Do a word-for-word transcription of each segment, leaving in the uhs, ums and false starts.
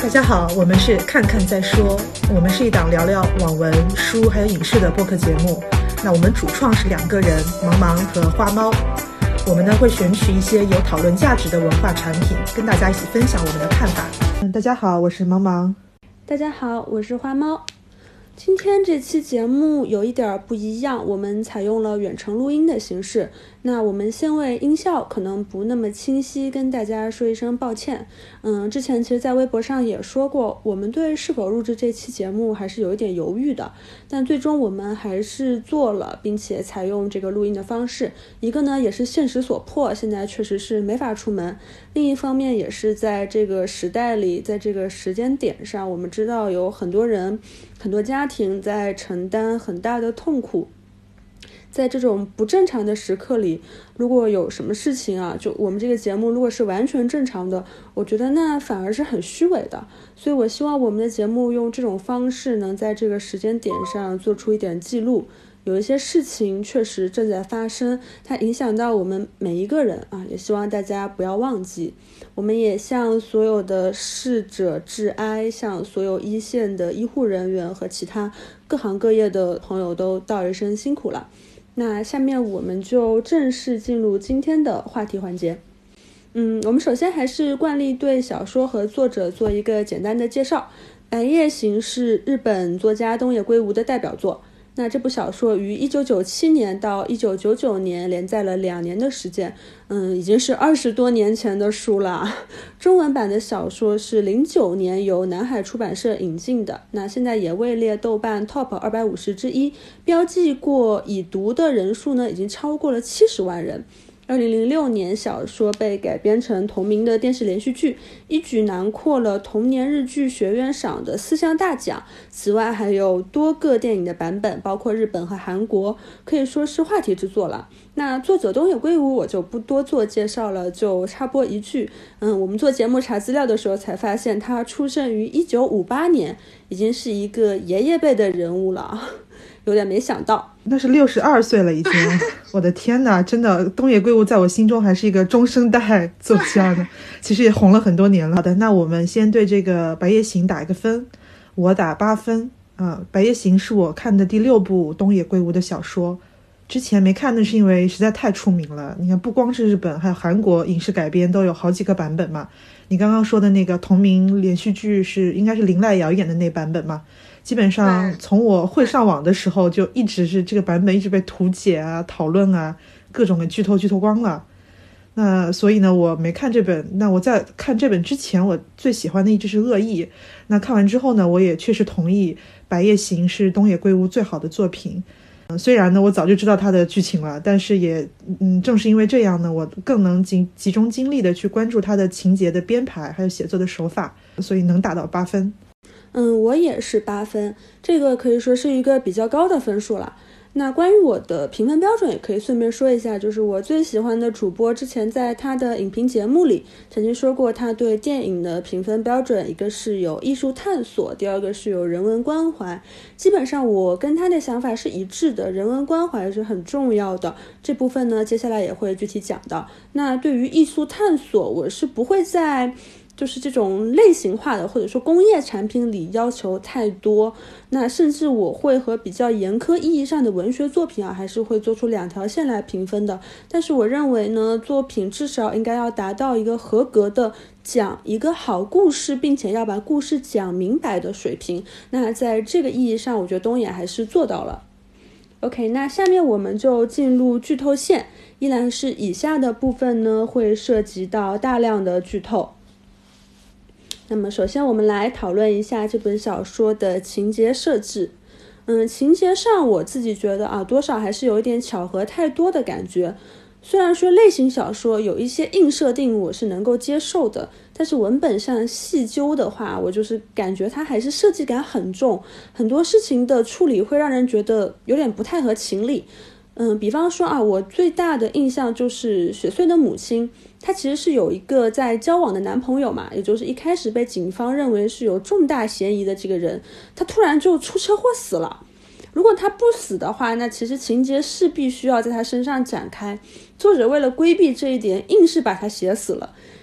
大家好，我们是看看再说，我们是一档聊聊网文、书还有影视的播客节目。那我们主创是两个人，茫茫和花猫。我们呢会选取一些有讨论价值的文化产品，跟大家一起分享我们的看法。嗯，大家好，我是茫茫。 大家好，我是花猫。今天这期节目有一点不一样，我们采用了远程录音的形式。那我们先为音效可能不那么清晰跟大家说一声抱歉。嗯，之前其实在微博上也说过，我们对是否录制这期节目还是有一点犹豫的，但最终我们还是做了，并且采用这个录音的方式。一个呢也是现实所迫，现在确实是没法出门，另一方面也是在这个时代里，在这个时间点上，我们知道有很多人很多家庭在承担很大的痛苦。在这种不正常的时刻里，如果有什么事情啊，就我们这个节目如果是完全正常的，我觉得那反而是很虚伪的。所以我希望我们的节目用这种方式能在这个时间点上做出一点记录。有一些事情确实正在发生，它影响到我们每一个人啊，也希望大家不要忘记。我们也向所有的逝者致哀，向所有一线的医护人员和其他各行各业的朋友都道一声辛苦了。那下面我们就正式进入今天的话题环节。嗯，我们首先还是惯例对小说和作者做一个简单的介绍。白夜行是日本作家东野圭吾的代表作。那这部小说于一九九七年到一九九九年连载了两年的时间，嗯，已经是二十多年前的书了。中文版的小说是零九年由南海出版社引进的，那现在也位列豆瓣 Top 二百五十之一，标记过已读的人数呢，已经超过了七十万人。二零零六年小说被改编成同名的电视连续剧，一举囊括了同年日剧学院赏的四项大奖，此外还有多个电影的版本，包括日本和韩国，可以说是话题之作了。那作者东野圭吾我就不多做介绍了，就插播一句，嗯，我们做节目查资料的时候才发现他出生于一九五八年，已经是一个爷爷辈的人物了，有点没想到。 那是六十二岁了已经。我的天哪，真的东野圭吾在我心中还是一个中生代作家呢，其实也红了很多年了。好的，那我们先对这个白夜行打一个分，我打八分啊。白夜行是我看的第六部东野圭吾的小说，之前没看的是因为实在太出名了。你看不光是日本还有韩国影视改编都有好几个版本嘛，你刚刚说的那个同名连续剧是应该是林濑遥演的那版本嘛，基本上从我会上网的时候就一直是这个版本一直被图解啊讨论啊，各种给剧透剧透光了。那所以呢我没看这本，那我在看这本之前我最喜欢的一直是恶意，那看完之后呢我也确实同意白夜行是东野圭吾最好的作品。虽然呢我早就知道它的剧情了，但是也嗯正是因为这样呢我更能集集中精力的去关注它的情节的编排还有写作的手法，所以能打到八分。 嗯，我也是八分，这个可以说是一个比较高的分数了。那关于我的评分标准也可以顺便说一下，就是我最喜欢的主播之前在他的影评节目里曾经说过，他对电影的评分标准，一个是有艺术探索，第二个是有人文关怀。基本上我跟他的想法是一致的，人文关怀是很重要的，这部分呢接下来也会具体讲到。那对于艺术探索，我是不会在就是这种类型化的或者说工业产品里要求太多，那甚至我会和比较严苛意义上的文学作品啊，还是会做出两条线来评分的。但是我认为呢，作品至少应该要达到一个合格的讲一个好故事，并且要把故事讲明白的水平。那在这个意义上，我觉得东野还是做到了。OK， 那下面我们就进入剧透线，依然是以下的部分呢，会涉及到大量的剧透。那么首先我们来讨论一下这本小说的情节设置。嗯，情节上我自己觉得啊，多少还是有一点巧合太多的感觉。虽然说类型小说有一些硬设定我是能够接受的，但是文本上细究的话，我就是感觉它还是设计感很重，很多事情的处理会让人觉得有点不太合情理。嗯，比方说啊，我最大的印象就是雪穗的母亲，她其实是有一个在交往的男朋友嘛，也就是一开始被警方认为是有重大嫌疑的这个人，他突然就出车祸死了。如果他不死的话，那其实情节势必需要在他身上展开，作者为了规避这一点硬是把他写死了。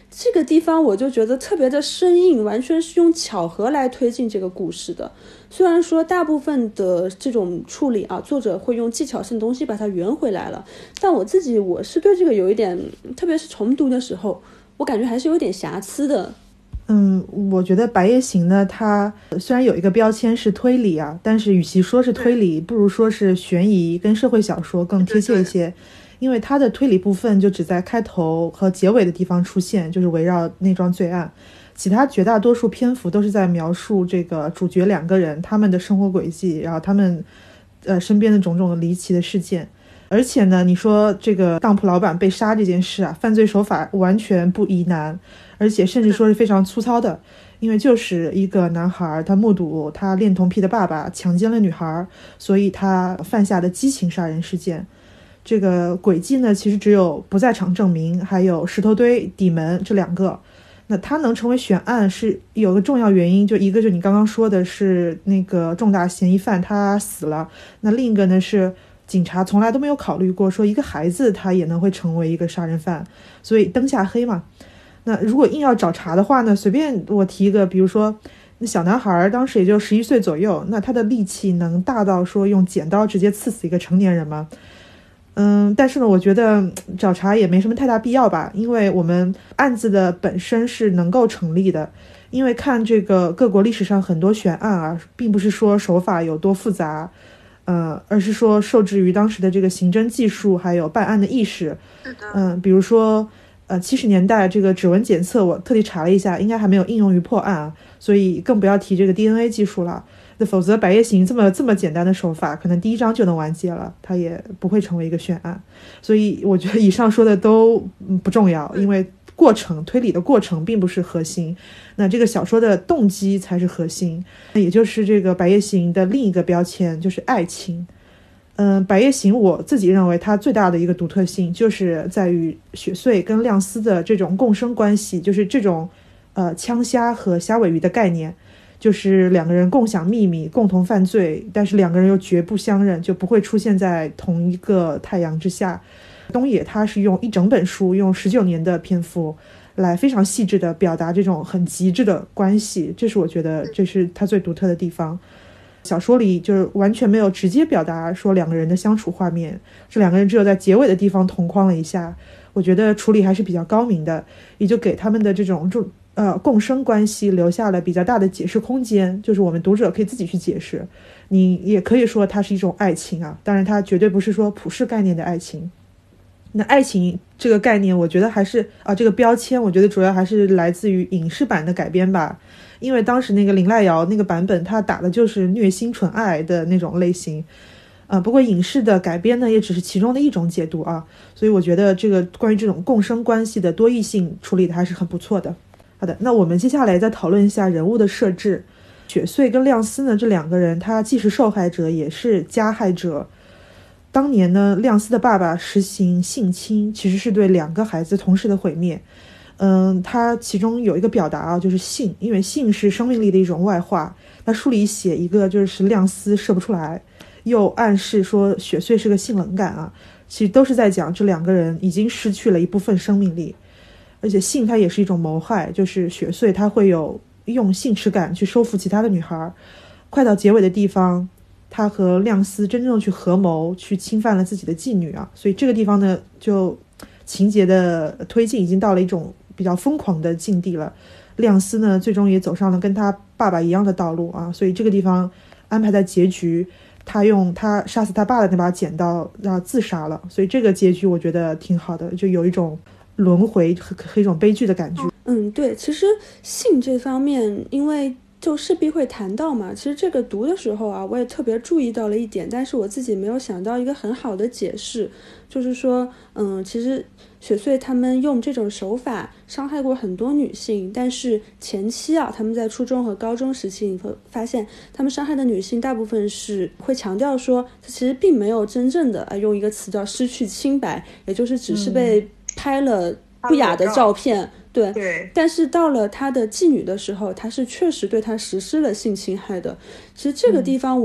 这个地方我就觉得特别的生硬，完全是用巧合来推进这个故事的。虽然说大部分的这种处理啊，作者会用技巧性的东西把它圆回来了，但我自己我是对这个有一点，特别是重读的时候，我感觉还是有点瑕疵的。 嗯，我觉得《白夜行》呢，它虽然有一个标签是推理啊，但是与其说是推理，不如说是悬疑跟社会小说更贴切一些。因为它的推理部分就只在开头和结尾的地方出现，就是围绕那桩罪案，其他绝大多数篇幅都是在描述这个主角两个人他们的生活轨迹，然后他们呃身边的种种的离奇的事件。而且呢，你说这个当铺老板被杀这件事啊，犯罪手法完全不疑难，而且甚至说是非常粗糙的，因为就是一个男孩他目睹他恋童癖的爸爸强奸了女孩，所以他犯下的激情杀人事件。这个轨迹呢，其实只有不在场证明还有石头堆底门这两个。那它能成为悬案是有个重要原因，就一个就你刚刚说的是那个重大嫌疑犯他死了，那另一个呢是警察从来都没有考虑过说一个孩子他也能会成为一个杀人犯，所以灯下黑嘛。那如果硬要找茬的话呢，随便我提一个，比如说那小男孩当时也就十一岁左右，那他的力气能大到说用剪刀直接刺死一个成年人吗？嗯，但是呢，我觉得找茬也没什么太大必要吧，因为我们案子的本身是能够成立的。因为看这个各国历史上很多悬案啊，并不是说手法有多复杂，呃，而是说受制于当时的这个刑侦技术还有办案的意识。嗯、呃，比如说呃七十年代这个指纹检测，我特地查了一下，应该还没有应用于破案啊，所以更不要提这个 D N A 技术了。那否则白夜行这么这么简单的手法，可能第一章就能完结了，它也不会成为一个悬案。所以我觉得以上说的都不重要，因为过程推理的过程并不是核心，那这个小说的动机才是核心，也就是这个白夜行的另一个标签就是爱情。嗯，白夜行我自己认为它最大的一个独特性就是在于雪穗跟亮丝的这种共生关系，就是这种呃枪虾和虾尾鱼的概念，就是两个人共享秘密共同犯罪，但是两个人又绝不相认，就不会出现在同一个太阳之下。东野他是用一整本书用十九年的篇幅来非常细致的表达这种很极致的关系，这是我觉得这是他最独特的地方。小说里就是完全没有直接表达说两个人的相处画面，这两个人只有在结尾的地方同框了一下，我觉得处理还是比较高明的，也就给他们的这种呃共生关系留下了比较大的解释空间，就是我们读者可以自己去解释。你也可以说它是一种爱情啊，当然它绝对不是说普世概念的爱情。那爱情这个概念我觉得还是啊，这个标签我觉得主要还是来自于影视版的改编吧，因为当时那个林濑遥那个版本他打的就是虐心纯爱的那种类型，呃，不过影视的改编呢也只是其中的一种解读啊，所以我觉得这个关于这种共生关系的多义性处理的还是很不错的。好的，那我们接下来再讨论一下人物的设置。雪穗跟亮丝呢这两个人他既是受害者也是加害者。当年呢，亮丝的爸爸实行性侵，其实是对两个孩子同时的毁灭。嗯，他其中有一个表达啊，就是性，因为性是生命力的一种外化。他书里写一个就是亮丝射不出来，又暗示说雪穗是个性冷感啊，其实都是在讲这两个人已经失去了一部分生命力。而且性它也是一种谋害，就是雪穗他会有用性耻感去收服其他的女孩。快到结尾的地方，他和亮丝真正去合谋去侵犯了自己的妓女啊，所以这个地方呢就情节的推进已经到了一种比较疯狂的境地了。亮丝呢最终也走上了跟他爸爸一样的道路啊，所以这个地方安排在结局他用他杀死他爸的那把剪刀然后自杀了，所以这个结局我觉得挺好的，就有一种轮回和一种悲剧的感觉。 嗯，对，其实性这方面因为就势必会谈到嘛，其实这个读的时候啊，我也特别注意到了一点，但是我自己没有想到一个很好的解释，就是说嗯，其实雪穗他们用这种手法伤害过很多女性，但是前期啊，他们在初中和高中时期你会发现他们伤害的女性大部分是会强调说他其实并没有真正的、呃、用一个词叫失去清白，也就是只是被拍了不雅的照片、嗯对, 对，但是到了他的妓女的时候，他是确实对他实施了性侵害的。其实这个地方我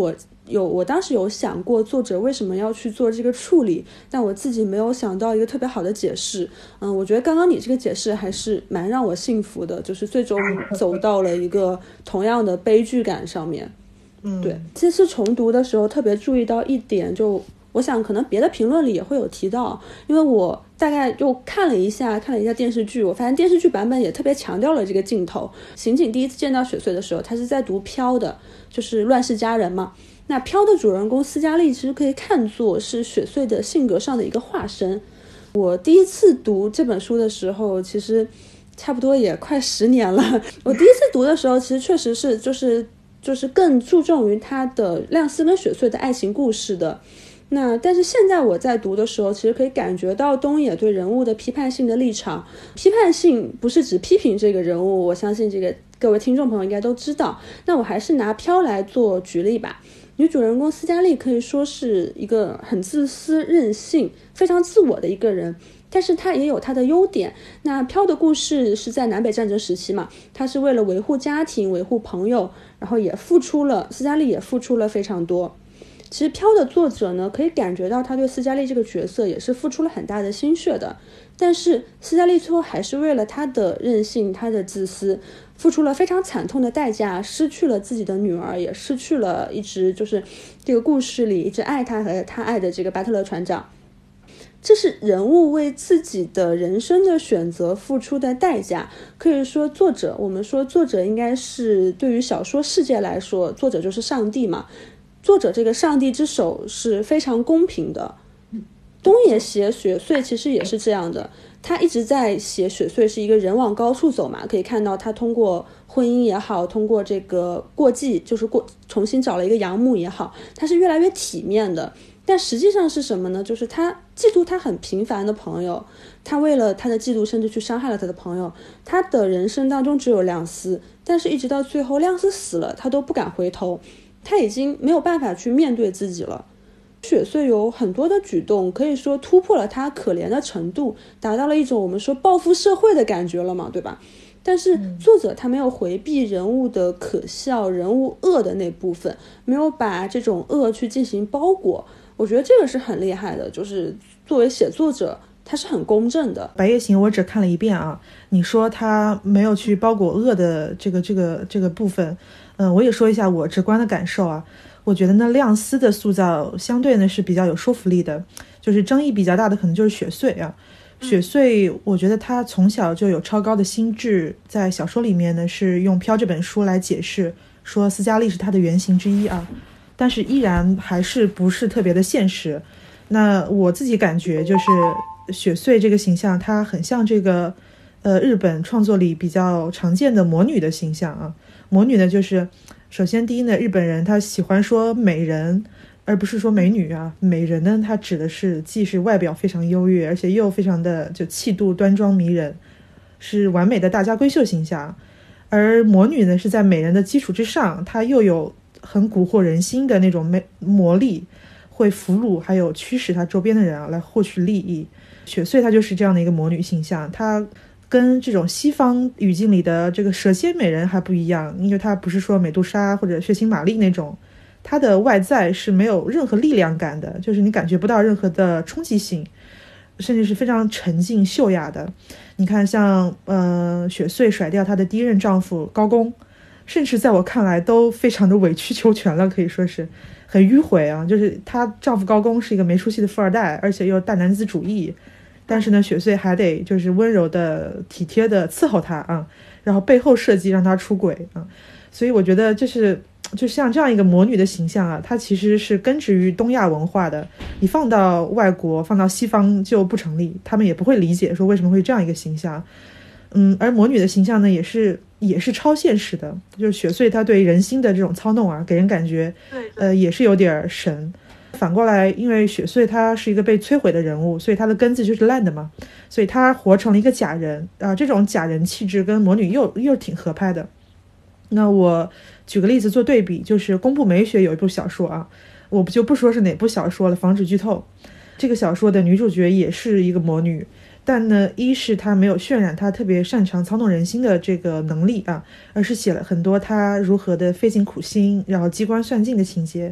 有我当时有想过作者为什么要去做这个处理，但我自己没有想到一个特别好的解释。嗯，我觉得刚刚你这个解释还是蛮让我信服的，就是最终走到了一个同样的悲剧感上面。 嗯， 对，这次重读的时候特别注意到一点，就我想可能别的评论里也会有提到，因为我大概又看了一下看了一下电视剧，我发现电视剧版本也特别强调了这个镜头。刑警第一次见到雪穗的时候，他是在读飘的，就是乱世佳人嘛。那飘的主人公斯嘉丽其实可以看作是雪穗的性格上的一个化身。我第一次读这本书的时候，其实差不多也快十年了。我第一次读的时候，其实确实是就是就是更注重于他的亮司跟雪穗的爱情故事的。那但是现在我在读的时候，其实可以感觉到东野对人物的批判性的立场。批判性不是指批评这个人物，我相信这个各位听众朋友应该都知道。那我还是拿飘来做举例吧。女主人公斯嘉丽可以说是一个很自私任性非常自我的一个人，但是她也有她的优点。那飘的故事是在南北战争时期嘛，她是为了维护家庭维护朋友，然后也付出了斯嘉丽也付出了非常多。其实飘的作者呢，可以感觉到他对斯嘉丽这个角色也是付出了很大的心血的，但是斯嘉丽最后还是为了他的任性他的自私付出了非常惨痛的代价，失去了自己的女儿，也失去了一直就是这个故事里一直爱他和他爱的这个巴特勒船长。这是人物为自己的人生的选择付出的代价。可以说作者，我们说作者应该是对于小说世界来说，作者就是上帝嘛。作者这个上帝之手是非常公平的。东野写雪穗其实也是这样的，他一直在写雪穗是一个人往高处走嘛，可以看到他通过婚姻也好，通过这个过继，就是过重新找了一个养母也好，他是越来越体面的。但实际上是什么呢？就是他嫉妒他很平凡的朋友，他为了他的嫉妒甚至去伤害了他的朋友。他的人生当中只有亮司，但是一直到最后亮司死了，他都不敢回头，他已经没有办法去面对自己了。雪穗有很多的举动可以说突破了他可怜的程度，达到了一种我们说报复社会的感觉了嘛，对吧？但是作者他没有回避人物的可笑人物恶的那部分，没有把这种恶去进行包裹，我觉得这个是很厉害的，就是作为写作者他是很公正的。 白夜行我只看了一遍啊，你说他没有去包裹恶的这个这个这个部分，嗯，我也说一下我直观的感受啊。我觉得呢亮司的塑造相对呢是比较有说服力的，就是争议比较大的可能就是雪穗啊。雪穗我觉得他从小就有超高的心智，在小说里面呢是用飘这本书来解释说斯嘉丽是他的原型之一啊，但是依然还是不是特别的现实。那我自己感觉就是雪穗这个形象它很像这个呃日本创作里比较常见的魔女的形象啊。魔女呢就是首先第一呢，日本人他喜欢说美人而不是说美女啊。美人呢它指的是既是外表非常优越，而且又非常的就气度端庄迷人，是完美的大家闺秀形象。而魔女呢是在美人的基础之上，她又有很蛊惑人心的那种魔力，会俘虏还有驱使她周边的人啊来获取利益。雪穗她就是这样的一个魔女形象，她跟这种西方语境里的这个蛇蝎美人还不一样，因为她不是说美杜莎或者血腥玛丽那种，她的外在是没有任何力量感的，就是你感觉不到任何的冲击性，甚至是非常沉静秀雅的。你看像呃雪穗甩掉她的第一任丈夫高公，甚至在我看来都非常的委曲求全了，可以说是很迂回啊。就是她丈夫高公是一个没出息的富二代，而且又大男子主义，但是呢雪穗还得就是温柔的体贴的伺候他啊，然后背后设计让他出轨啊。所以我觉得这是就像这样一个魔女的形象啊，它其实是根植于东亚文化的，你放到外国放到西方就不成立，他们也不会理解说为什么会这样一个形象。嗯，而魔女的形象呢也是也是超现实的，就是雪穗她对人心的这种操弄啊，给人感觉呃也是有点神。反过来因为雪穗她是一个被摧毁的人物，所以她的根子就是烂的嘛，所以她活成了一个假人啊，这种假人气质跟魔女又又挺合拍的。那我举个例子做对比，就是宫部美雪有一部小说啊，我就不说是哪部小说了，防止剧透。这个小说的女主角也是一个魔女，但呢一是她没有渲染她特别擅长操弄人心的这个能力啊，而是写了很多她如何的费尽苦心然后机关算尽的情节。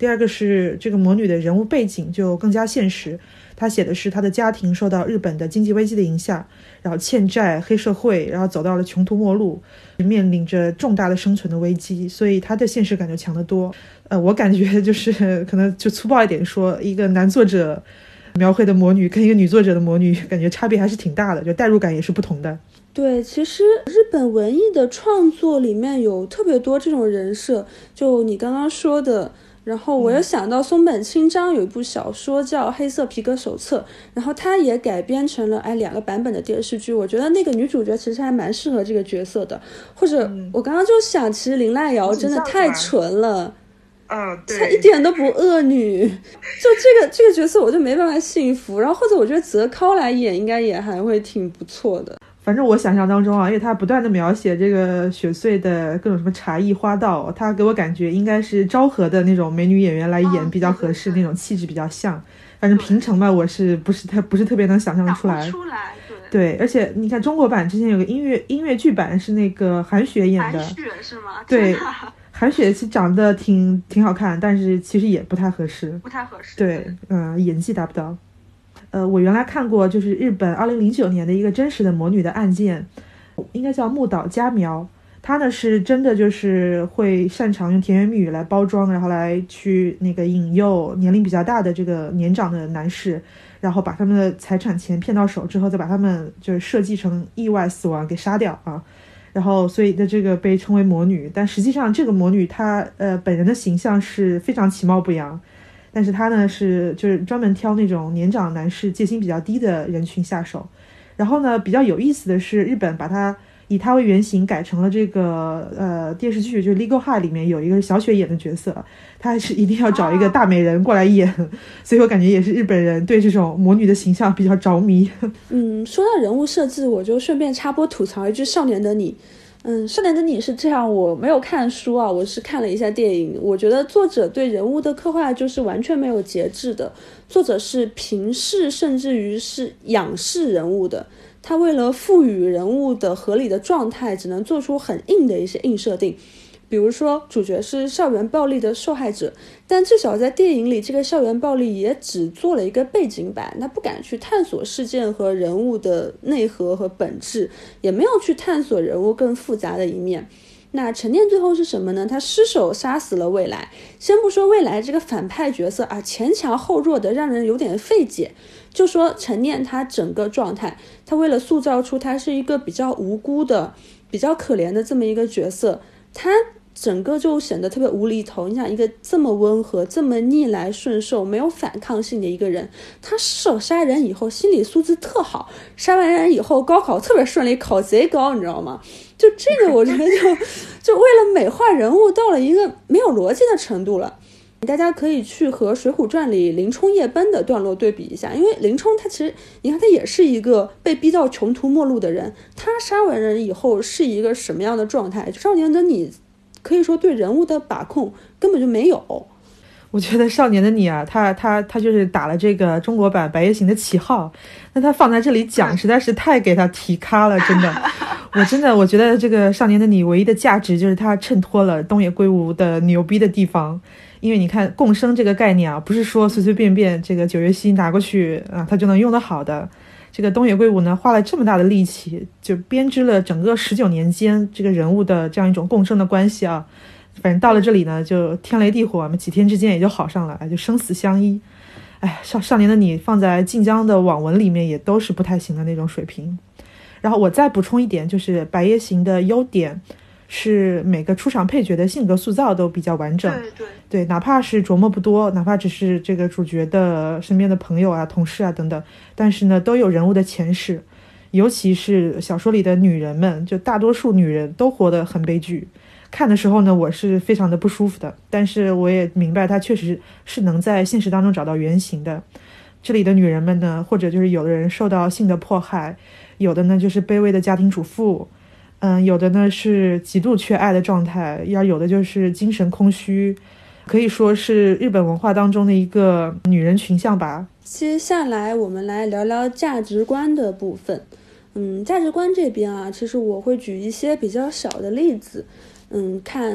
第二个是这个魔女的人物背景就更加现实，她写的是她的家庭受到日本的经济危机的影响，然后欠债、黑社会，然后走到了穷途末路，面临着重大的生存的危机，所以她的现实感就强得多。呃，我感觉就是可能就粗暴一点说，一个男作者描绘的魔女跟一个女作者的魔女感觉差别还是挺大的，就代入感也是不同的。 对，其实日本文艺的创作里面有特别多这种人设，就你刚刚说的，然后我又想到松本清张有一部小说叫《黑色皮革手册》，然后它也改编成了哎两个版本的电视剧，我觉得那个女主角其实还蛮适合这个角色的。或者我刚刚就想，其实林濑遥真的太纯了， 嗯，对， 她一点都不恶女，就这个这个角色我就没办法信服。然后或者我觉得泽尻来演应该也还会挺不错的。 反正我想象当中啊，因为他不断的描写这个雪穗的各种什么茶艺花道，他给我感觉应该是昭和的那种美女演员来演比较合适，那种气质比较像。反正平成吧，我是不是特不是特别能想象出来。 出来， 对。对，而且你看中国版之前有个音乐音乐剧版是那个韩雪演的， 韩雪是吗？ 对，韩雪其实长得挺挺好看，但是其实也不太合适， 不太合适。 对，嗯、呃，演技达不到。呃，我原来看过，就是日本二零零九年的一个真实的魔女的案件，应该叫木岛佳苗。她呢是真的就是会擅长用甜言蜜语来包装，然后来去那个引诱年龄比较大的这个年长的男士，然后把他们的财产钱骗到手之后，再把他们就是设计成意外死亡给杀掉啊。然后所以的这个被称为魔女，但实际上这个魔女她呃本人的形象是非常其貌不扬。但是他呢是就是专门挑那种年长男士戒心比较低的人群下手。然后呢比较有意思的是，日本把他以他为原型改成了这个呃电视剧，就是 Legal High 里面有一个小雪演的角色，他是一定要找一个大美人过来演，所以我感觉也是日本人对这种魔女的形象比较着迷。 嗯，说到人物设置，我就顺便插播吐槽一句《少年的你》。嗯，少年的你是这样，我没有看书啊，我是看了一下电影。我觉得作者对人物的刻画就是完全没有节制的，作者是平视甚至于是仰视人物的。他为了赋予人物的合理的状态，只能做出很硬的一些硬设定。比如说主角是校园暴力的受害者，但至少在电影里这个校园暴力也只做了一个背景板，他不敢去探索事件和人物的内核和本质，也没有去探索人物更复杂的一面。那陈念最后是什么呢？他失手杀死了未来。先不说未来这个反派角色啊，前强后弱的让人有点费解，就说陈念他整个状态，他为了塑造出他是一个比较无辜的比较可怜的这么一个角色，他整个就显得特别无厘头。你想一个这么温和这么逆来顺受没有反抗性的一个人，他失手杀人以后心理素质特好，杀完人以后高考特别顺利，考贼高，你知道吗？就这个我觉得就就为了美化人物到了一个没有逻辑的程度了。大家可以去和《水浒传》里林冲夜奔的段落对比一下，因为林冲他其实你看他也是一个被逼到穷途末路的人，他杀完人以后是一个什么样的状态？少年的你可以说对人物的把控根本就没有。 我觉得少年的你啊，他他他就是打了这个中国版《白夜行》的旗号，那他放在这里讲实在是太给他提咖了，真的。我真的我觉得这个少年的你唯一的价值就是他衬托了东野圭吾的牛逼的地方。因为你看共生这个概念啊，不是说随随便便这个九月溪拿过去啊，他就能用得好的。这个东野圭吾呢，花了这么大的力气，就编织了整个十九年间这个人物的这样一种共生的关系啊。反正到了这里呢，就天雷地火，几天之间也就好上了，就生死相依。哎，少少年的你放在晋江的网文里面也都是不太行的那种水平。然后我再补充一点，就是《白夜行》的优点是每个出场配角的性格塑造都比较完整。 对对对，哪怕是琢磨不多，哪怕只是这个主角的身边的朋友啊、同事啊等等，但是呢，都有人物的前世。尤其是小说里的女人们，就大多数女人都活得很悲剧。看的时候呢，我是非常的不舒服的，但是我也明白它确实是能在现实当中找到原型的。这里的女人们呢，或者就是有的人受到性的迫害，有的呢就是卑微的家庭主妇，嗯，有的呢是极度缺爱的状态，要有的就是精神空虚，可以说是日本文化当中的一个女人群像吧。 接下来我们来聊聊价值观的部分。嗯，价值观这边啊，其实我会举一些比较小的例子。嗯，看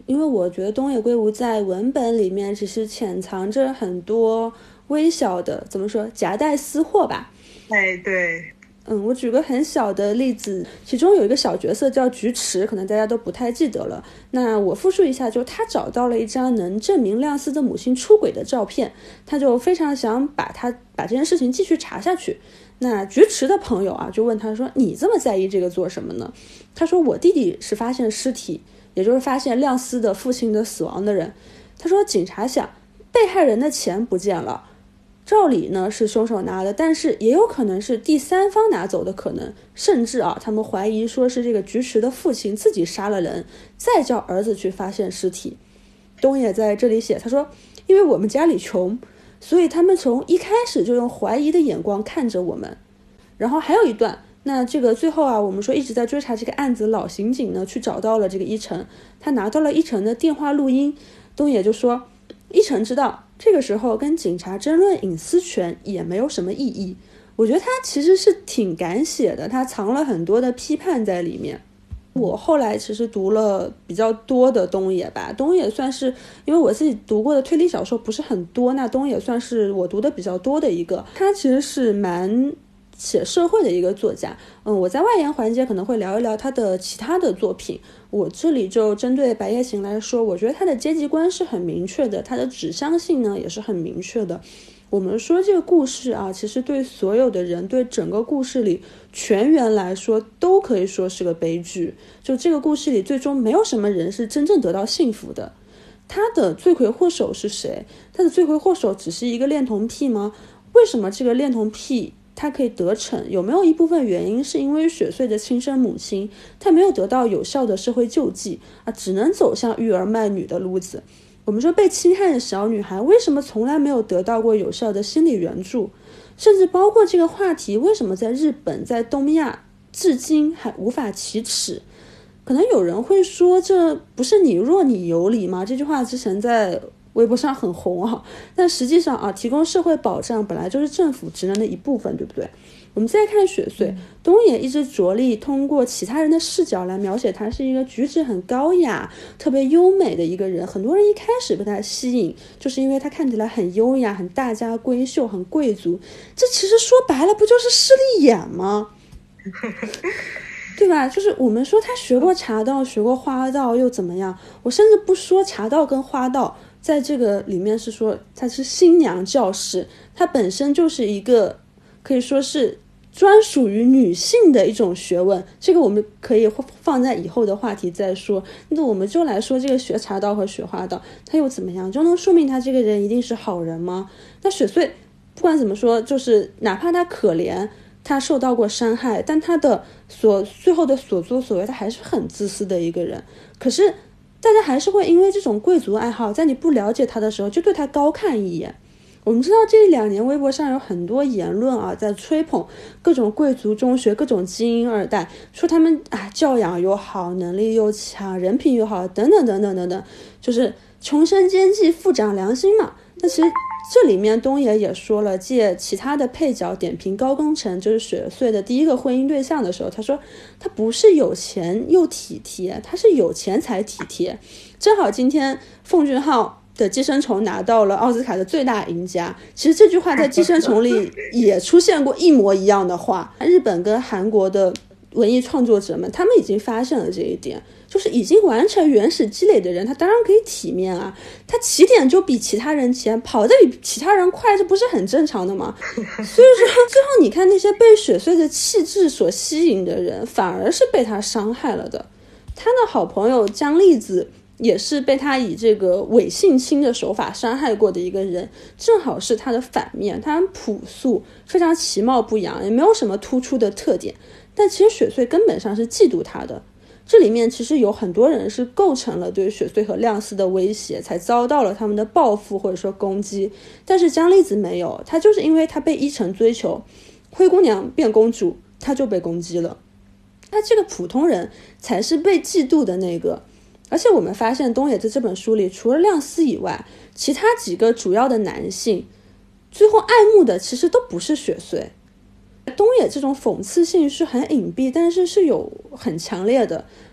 因为我觉得东野圭吾在文本里面其实潜藏着很多微小的，怎么说，夹带私货吧。 哎，对。 嗯，我举个很小的例子，其中有一个小角色叫菊池，可能大家都不太记得了。那我复述一下，就他找到了一张能证明亮司的母亲出轨的照片，他就非常想把他把这件事情继续查下去。那菊池的朋友啊，就问他说：“你这么在意这个做什么呢？”他说：“我弟弟是发现尸体，也就是发现亮司的父亲的死亡的人。”他说：“警察想，被害人的钱不见了。”照理呢是凶手拿的，但是也有可能是第三方拿走的可能，甚至啊，他们怀疑说是这个菊池的父亲自己杀了人，再叫儿子去发现尸体。东野在这里写，他说，因为我们家里穷，所以他们从一开始就用怀疑的眼光看着我们。然后还有一段，那这个最后啊，我们说一直在追查这个案子，老刑警呢去找到了这个一成，他拿到了一成的电话录音，东野就说，一成知道这个时候跟警察争论隐私权也没有什么意义。我觉得他其实是挺敢写的，他藏了很多的批判在里面。我后来其实读了比较多的东野吧，东野算是，因为我自己读过的推理小说不是很多，那东野算是我读的比较多的一个。他其实是蛮写社会的一个作家。嗯，我在外延环节可能会聊一聊他的其他的作品，我这里就针对白夜行来说，我觉得他的阶级观是很明确的，他的指向性呢也是很明确的。我们说这个故事啊，其实对所有的人，对整个故事里全员来说都可以说是个悲剧。就这个故事里最终没有什么人是真正得到幸福的。他的罪魁祸首是谁？他的罪魁祸首只是一个恋童癖吗？为什么这个恋童癖他可以得逞？有没有一部分原因是因为雪穗的亲生母亲她没有得到有效的社会救济啊，只能走向育儿卖女的路子？我们说被侵害的小女孩为什么从来没有得到过有效的心理援助？甚至包括这个话题为什么在日本在东亚至今还无法启齿？可能有人会说，这不是你弱你有理吗？这句话之前在微博上很红啊，但实际上啊，提供社会保障本来就是政府职能的一部分，对不对？我们再看雪穗，东野一直着力通过其他人的视角来描写他是一个举止很高雅、特别优美的一个人。很多人一开始被他吸引，就是因为他看起来很优雅、很大家闺秀、很贵族。这其实说白了，不就是势利眼吗？对吧？就是我们说他学过茶道，学过花道又怎么样？我甚至不说茶道跟花道在这个里面是说他是新娘教室，他本身就是一个可以说是专属于女性的一种学问，这个我们可以放在以后的话题再说。那我们就来说这个学茶道和学花道，他又怎么样？就能说明他这个人一定是好人吗？那雪穗不管怎么说，就是哪怕他可怜，他受到过伤害，但他的所最后的所作所为，他还是很自私的一个人。可是大家还是会因为这种贵族爱好，在你不了解他的时候就对他高看一眼。我们知道这两年微博上有很多言论啊，在吹捧各种贵族中学、各种精英二代，说他们啊教养又好，能力又强，人品又好，等等等等等等，就是穷生奸计，富长良心嘛。那其实这里面东野也说了，借其他的配角点评高工程，就是雪穗的第一个婚姻对象的时候，他说他不是有钱又体贴，他是有钱才体贴。正好今天奉俊昊的寄生虫拿到了奥斯卡的最大赢家，其实这句话在寄生虫里也出现过一模一样的话。日本跟韩国的文艺创作者们，他们已经发现了这一点，就是已经完成原始积累的人，他当然可以体面啊，他起点就比其他人前，跑得比其他人快，这不是很正常的吗？所以说最后你看那些被雪穗的气质所吸引的人，反而是被他伤害了的。他的好朋友江粒子也是被他以这个伪性侵的手法伤害过的一个人，正好是他的反面，他很朴素，非常其貌不扬，也没有什么突出的特点，但其实雪穗根本上是嫉妒他的。这里面其实有很多人是构成了对雪穗和亮司的威胁，才遭到了他们的报复或者说攻击，但是江粒子没有，他就是因为他被一成追求，灰姑娘变公主，他就被攻击了。他这个普通人才是被嫉妒的那个。而且我们发现东野在这本书里，除了亮司以外，其他几个主要的男性最后爱慕的其实都不是雪穗。东野这种讽刺性是很隐蔽，但是是有很强烈的。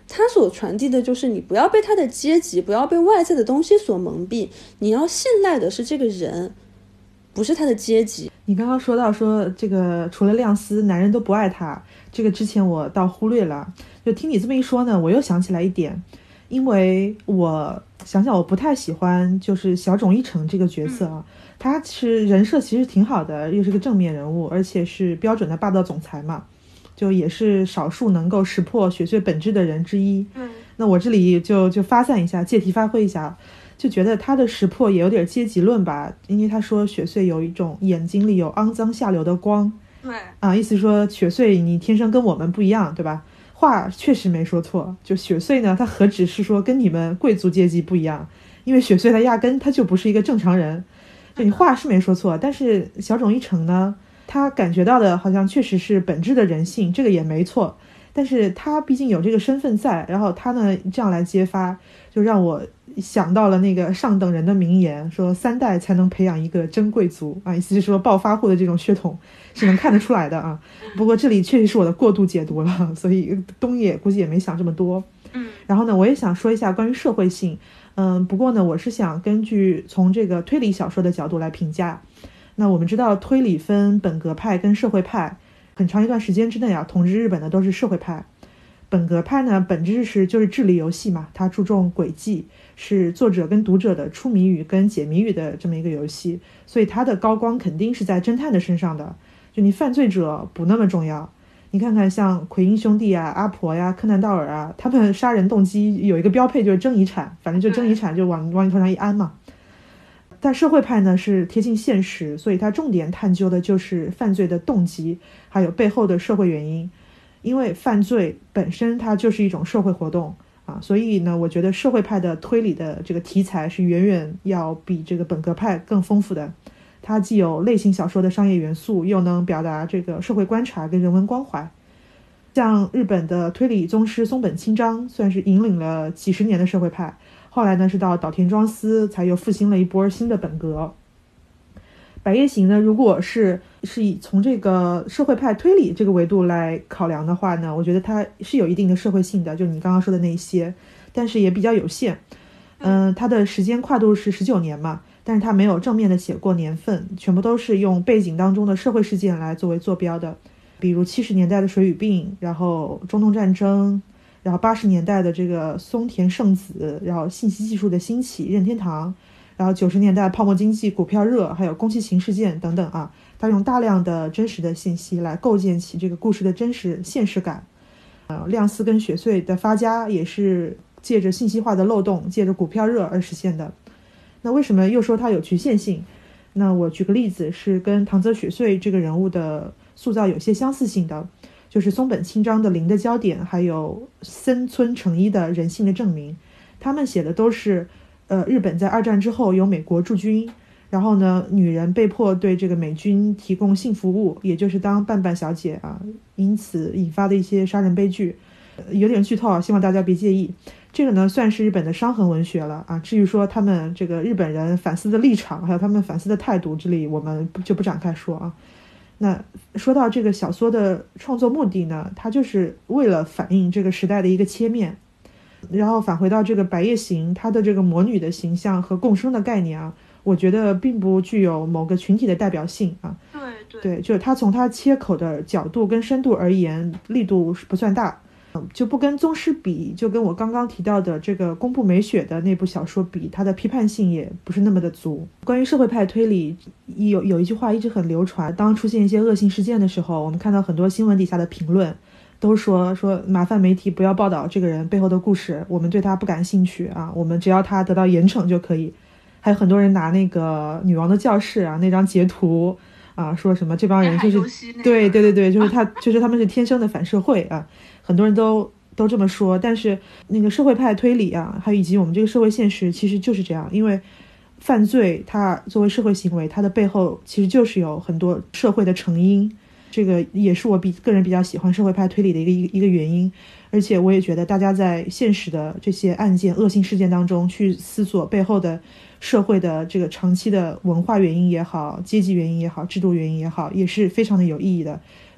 它所传递的就是你不要被他的阶级，不要被外在的东西所蒙蔽，你要信赖的是这个人，不是他的阶级。 你刚刚说到说这个除了亮丝男人都不爱他，这个之前我倒忽略了，就听你这么一说呢，我又想起来一点，因为我想想我不太喜欢就是小冢一成这个角色啊，他是人设其实挺好的，又是个正面人物，而且是标准的霸道总裁嘛，就也是少数能够识破雪穗本质的人之一。 嗯， 那我这里就就发散一下，借题发挥一下，就觉得他的识破也有点阶级论吧，因为他说雪穗有一种眼睛里有肮脏下流的光， 对啊，意思说雪穗你天生跟我们不一样，对吧？话确实没说错，就雪穗呢，他何止是说跟你们贵族阶级不一样，因为雪穗他压根他就不是一个正常人，就你话是没说错，但是小冢一成呢，他感觉到的好像确实是本质的人性，这个也没错，但是他毕竟有这个身份在，然后他呢这样来揭发，就让我想到了那个上等人的名言，说三代才能培养一个真贵族啊，意思是说暴发户的这种血统是能看得出来的啊。不过这里确实是我的过度解读了，所以东野估计也没想这么多。 嗯， 然后呢，我也想说一下关于社会性，嗯，不过呢，我是想根据从这个推理小说的角度来评价。那我们知道推理分本格派跟社会派，很长一段时间之内啊，统治日本的都是社会派。本格派呢，本质是就是智力游戏嘛，它注重轨迹，是作者跟读者的出谜语跟解谜语的这么一个游戏，所以它的高光肯定是在侦探的身上的，就你犯罪者不那么重要。你看看像奎因兄弟啊、阿婆呀、柯南道尔啊，他们杀人动机有一个标配就是争遗产，反正就争遗产就往往你头上一安嘛。但社会派呢是贴近现实，所以它重点探究的就是犯罪的动机，还有背后的社会原因。因为犯罪本身它就是一种社会活动啊，所以呢，我觉得社会派的推理的这个题材是远远要比这个本格派更丰富的。它既有类型小说的商业元素，又能表达这个社会观察跟人文关怀。像日本的推理宗师松本清张，算是引领了几十年的社会派，后来呢是到岛田庄司才又复兴了一波新的本格。百叶行呢，如果是是以从这个社会派推理这个维度来考量的话呢，我觉得它是有一定的社会性的，就你刚刚说的那些，但是也比较有限。嗯、呃，它的时间跨度是十九年嘛，但是它没有正面的写过年份，全部都是用背景当中的社会事件来作为坐标的，比如七十年代的水俣病，然后中东战争，然后八十年代的这个松田圣子，然后信息技术的兴起，任天堂。然后九十年代泡沫经济、股票热，还有宫崎勤事件等等啊，他用大量的真实的信息来构建起这个故事的真实现实感。呃，亮丝跟雪穗的发家也是借着信息化的漏洞，借着股票热而实现的。那为什么又说它有局限性？那我举个例子，是跟唐泽雪穗这个人物的塑造有些相似性的，就是松本清张的零的焦点，还有森村诚一的人性的证明。他们写的都是呃，日本在二战之后由美国驻军，然后呢，女人被迫对这个美军提供性服务，也就是当伴伴小姐啊，因此引发的一些杀人悲剧。呃、有点剧透啊，希望大家别介意。这个呢，算是日本的伤痕文学了啊。至于说他们这个日本人反思的立场，还有他们反思的态度，这里我们就不展开说啊。那说到这个小说的创作目的呢，它就是为了反映这个时代的一个切面。然后返回到这个白夜行，它的这个魔女的形象和共生的概念啊，我觉得并不具有某个群体的代表性啊。 对对对，就是它从它切口的角度跟深度而言，力度不算大，就不跟宗师比，就跟我刚刚提到的这个宫部美雪的那部小说比，它的批判性也不是那么的足。关于社会派推理，有有一句话一直很流传，当出现一些恶性事件的时候，我们看到很多新闻底下的评论都说说麻烦媒体不要报道这个人背后的故事，我们对他不感兴趣啊，我们只要他得到严惩就可以。还有很多人拿那个女王的教室啊那张截图啊，说什么这帮人就是对对对对，就是他就是他们是天生的反社会啊，很多人都都这么说。但是那个社会派推理啊，还有以及我们这个社会现实其实就是这样，因为犯罪它作为社会行为，它的背后其实就是有很多社会的成因。这个也是我比个人比较喜欢社会派推理的一个一个原因，而且我也觉得大家在现实的这些案件、恶性事件当中去思索背后的社会的这个长期的文化原因也好、阶级原因也好、制度原因也好，也是非常的有意义的。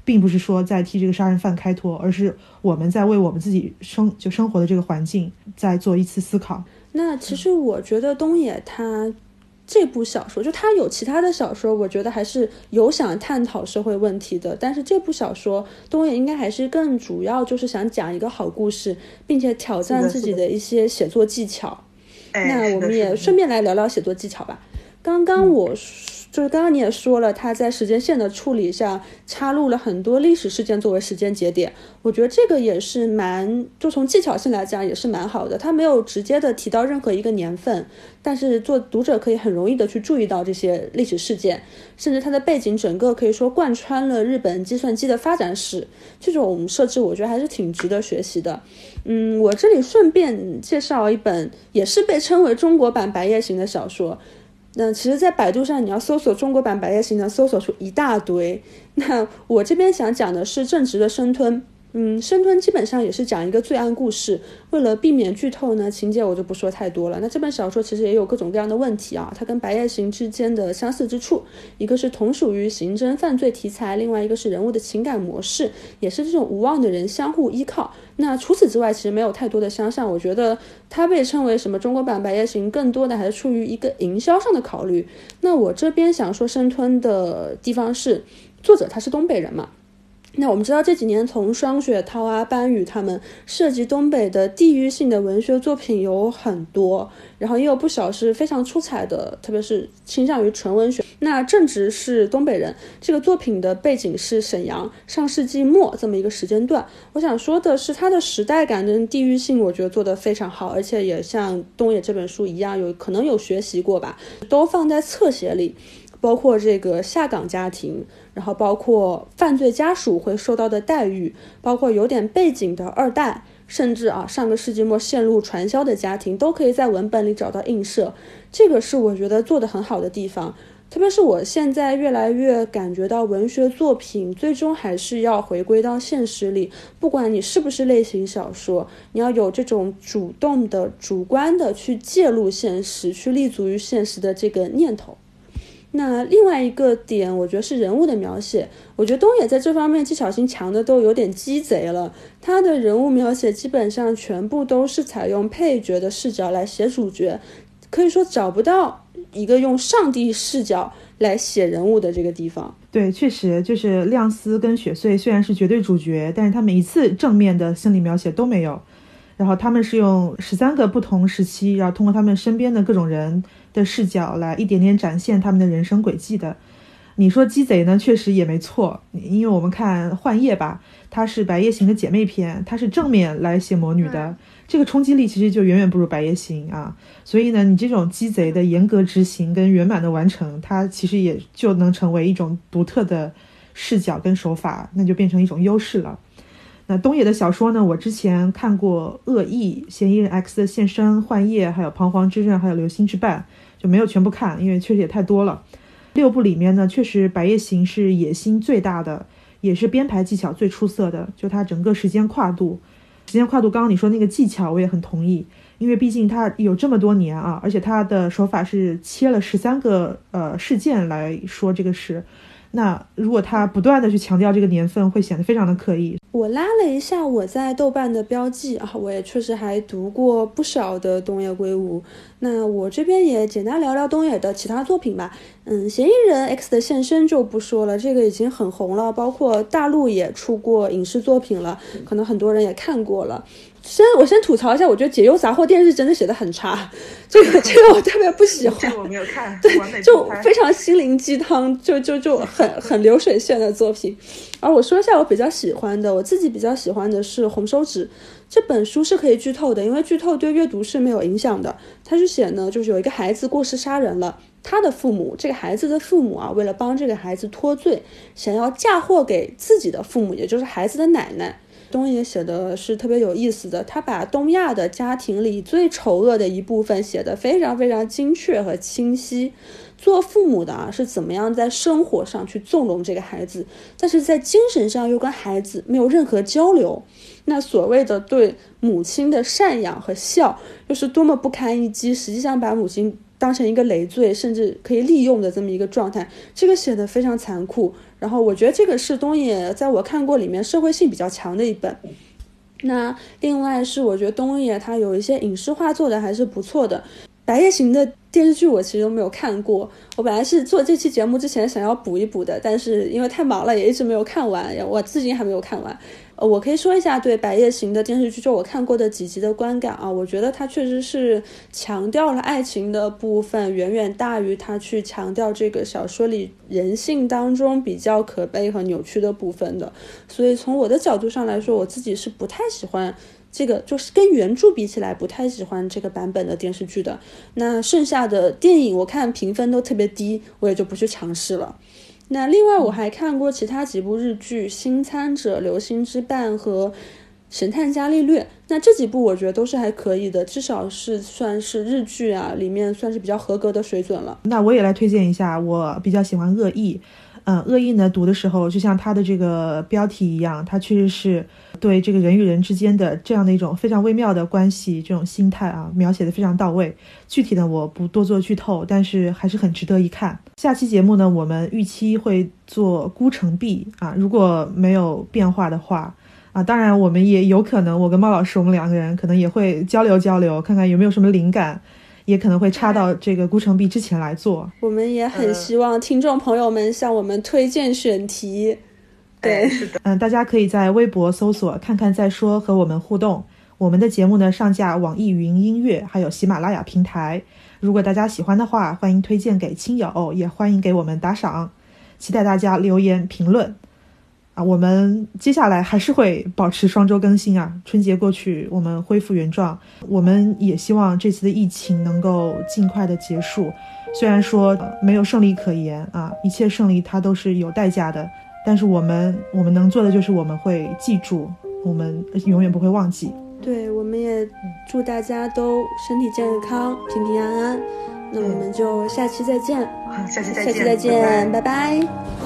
并不是说在替这个杀人犯开脱，而是我们在为我们自己生就生活的这个环境在做一次思考。 那其实我觉得东野他这部小说，就他有其他的小说我觉得还是有想探讨社会问题的，但是这部小说东野应该还是更主要就是想讲一个好故事，并且挑战自己的一些写作技巧。那我们也顺便来聊聊写作技巧吧。刚刚我、嗯就是刚刚你也说了，他在时间线的处理上插入了很多历史事件作为时间节点，我觉得这个也是蛮，就从技巧性来讲也是蛮好的。他没有直接的提到任何一个年份，但是做读者可以很容易的去注意到这些历史事件，甚至它的背景整个可以说贯穿了日本计算机的发展史，这种设置我觉得还是挺值得学习的。嗯，我这里顺便介绍一本也是被称为中国版白夜行的小说。那其实在百度上你要搜索中国版白夜行，能搜索出一大堆。那我这边想讲的是正直的生吞。嗯，生吞基本上也是讲一个罪案故事，为了避免剧透呢，情节我就不说太多了。那这本小说其实也有各种各样的问题啊，它跟白夜行之间的相似之处，一个是同属于刑侦犯罪题材，另外一个是人物的情感模式，也是这种无望的人相互依靠。那除此之外其实没有太多的相像，我觉得它被称为什么中国版白夜行更多的还是出于一个营销上的考虑。那我这边想说生吞的地方是作者他是东北人嘛，那我们知道这几年从双雪涛啊、班宇他们涉及东北的地域性的文学作品有很多，然后也有不少是非常出彩的，特别是倾向于纯文学。那正直是东北人，这个作品的背景是沈阳上世纪末这么一个时间段。我想说的是它的时代感跟地域性我觉得做得非常好，而且也像东野这本书一样有可能有学习过吧，都放在侧写里，包括这个下岗家庭，然后包括犯罪家属会受到的待遇，包括有点背景的二代，甚至啊上个世纪末陷入传销的家庭都可以在文本里找到映射，这个是我觉得做得很好的地方。特别是我现在越来越感觉到文学作品最终还是要回归到现实里，不管你是不是类型小说，你要有这种主动的主观的去介入现实，去立足于现实的这个念头。那另外一个点我觉得是人物的描写，我觉得东野在这方面技巧性强的都有点鸡贼了，他的人物描写基本上全部都是采用配角的视角来写主角，可以说找不到一个用上帝视角来写人物的这个地方。 对，确实就是亮司跟雪穗虽然是绝对主角，但是他每一次正面的心理描写都没有，然后他们是用十三个不同时期，然后通过他们身边的各种人的视角来一点点展现他们的人生轨迹的。你说鸡贼呢，确实也没错，因为我们看幻夜吧，它是白夜行的姐妹篇，它是正面来写魔女的、嗯、这个冲击力其实就远远不如白夜行啊。所以呢，你这种鸡贼的严格执行跟圆满的完成，它其实也就能成为一种独特的视角跟手法，那就变成一种优势了。那东野的小说呢，我之前看过恶意、嫌疑人 X 的现身、幻夜，还有彷徨之刃，还有流星之绊，就没有全部看，因为确实也太多了。六部里面呢，确实白夜行是野心最大的，也是编排技巧最出色的，就它整个时间跨度时间跨度刚刚你说那个技巧我也很同意，因为毕竟它有这么多年啊，而且它的手法是切了十三个呃事件来说这个事，那如果他不断的去强调这个年份，会显得非常的刻意。 我拉了一下我在豆瓣的标记啊，我也确实还读过不少的东野圭吾。那我这边也简单聊聊东野的其他作品吧。嗯，嫌疑人 X 的现身就不说了，这个已经很红了，包括大陆也出过影视作品了，可能很多人也看过了。先我先吐槽一下，我觉得解忧杂货店是真的写得很差，这个这个我特别不喜欢。 这个我没有看， 对，就非常心灵鸡汤，就就就很很流水线的作品。而我说一下我比较喜欢的，我自己比较喜欢的是《红手指》这本书，是可以剧透的，因为剧透对阅读是没有影响的。他是写呢，就是有一个孩子过失杀人了，他的父母，这个孩子的父母啊，为了帮这个孩子脱罪，想要嫁祸给自己的父母，也就是孩子的奶奶。东野写的是特别有意思的，他把东亚的家庭里最丑恶的一部分写得非常非常精确和清晰。做父母的啊，是怎么样在生活上去纵容这个孩子，但是在精神上又跟孩子没有任何交流。那所谓的对母亲的赡养和孝，又是多么不堪一击，实际上把母亲当成一个累赘，甚至可以利用的这么一个状态，这个写得非常残酷。 然后我觉得这个是东野在我看过里面社会性比较强的一本。那另外是我觉得东野他有一些影视化做的还是不错的。白夜行的电视剧我其实都没有看过，我本来是做这期节目之前想要补一补的，但是因为太忙了也一直没有看完，我至今还没有看完。呃，我可以说一下对白夜行的电视剧就我看过的几集的观感啊，我觉得它确实是强调了爱情的部分远远大于它去强调这个小说里人性当中比较可悲和扭曲的部分的，所以从我的角度上来说，我自己是不太喜欢这个，就是跟原著比起来不太喜欢这个版本的电视剧的。那剩下的电影我看评分都特别低，我也就不去尝试了。那另外我还看过其他几部日剧，新参者、流星之绊和神探伽利略，那这几部我觉得都是还可以的，至少是算是日剧啊里面算是比较合格的水准了。 那我也来推荐一下，我比较喜欢恶意。嗯，恶意呢读的时候就像它的这个标题一样，它确实是对这个人与人之间的这样的一种非常微妙的关系，这种心态啊描写的非常到位。具体的我不多做剧透，但是还是很值得一看。下期节目呢，我们预期会做孤城闭啊，如果没有变化的话啊，当然我们也有可能，我跟猫老师我们两个人可能也会交流交流，看看有没有什么灵感，也可能会插到这个孤城闭之前来做。 我们也很希望听众朋友们向我们推荐选题。对， 是的。嗯，大家可以在微博搜索看看再说和我们互动。我们的节目呢上架网易云音乐还有喜马拉雅平台，如果大家喜欢的话，欢迎推荐给亲友，也欢迎给我们打赏，期待大家留言评论啊。我们接下来还是会保持双周更新啊，春节过去我们恢复原状。我们也希望这次的疫情能够尽快的结束，虽然说、呃、没有胜利可言啊，一切胜利它都是有代价的，但是我们我们能做的就是我们会记住，我们永远不会忘记。 对，我们也祝大家都身体健康平平安安。那我们就下期再见。 下期再见， 下期再见，拜拜。拜拜。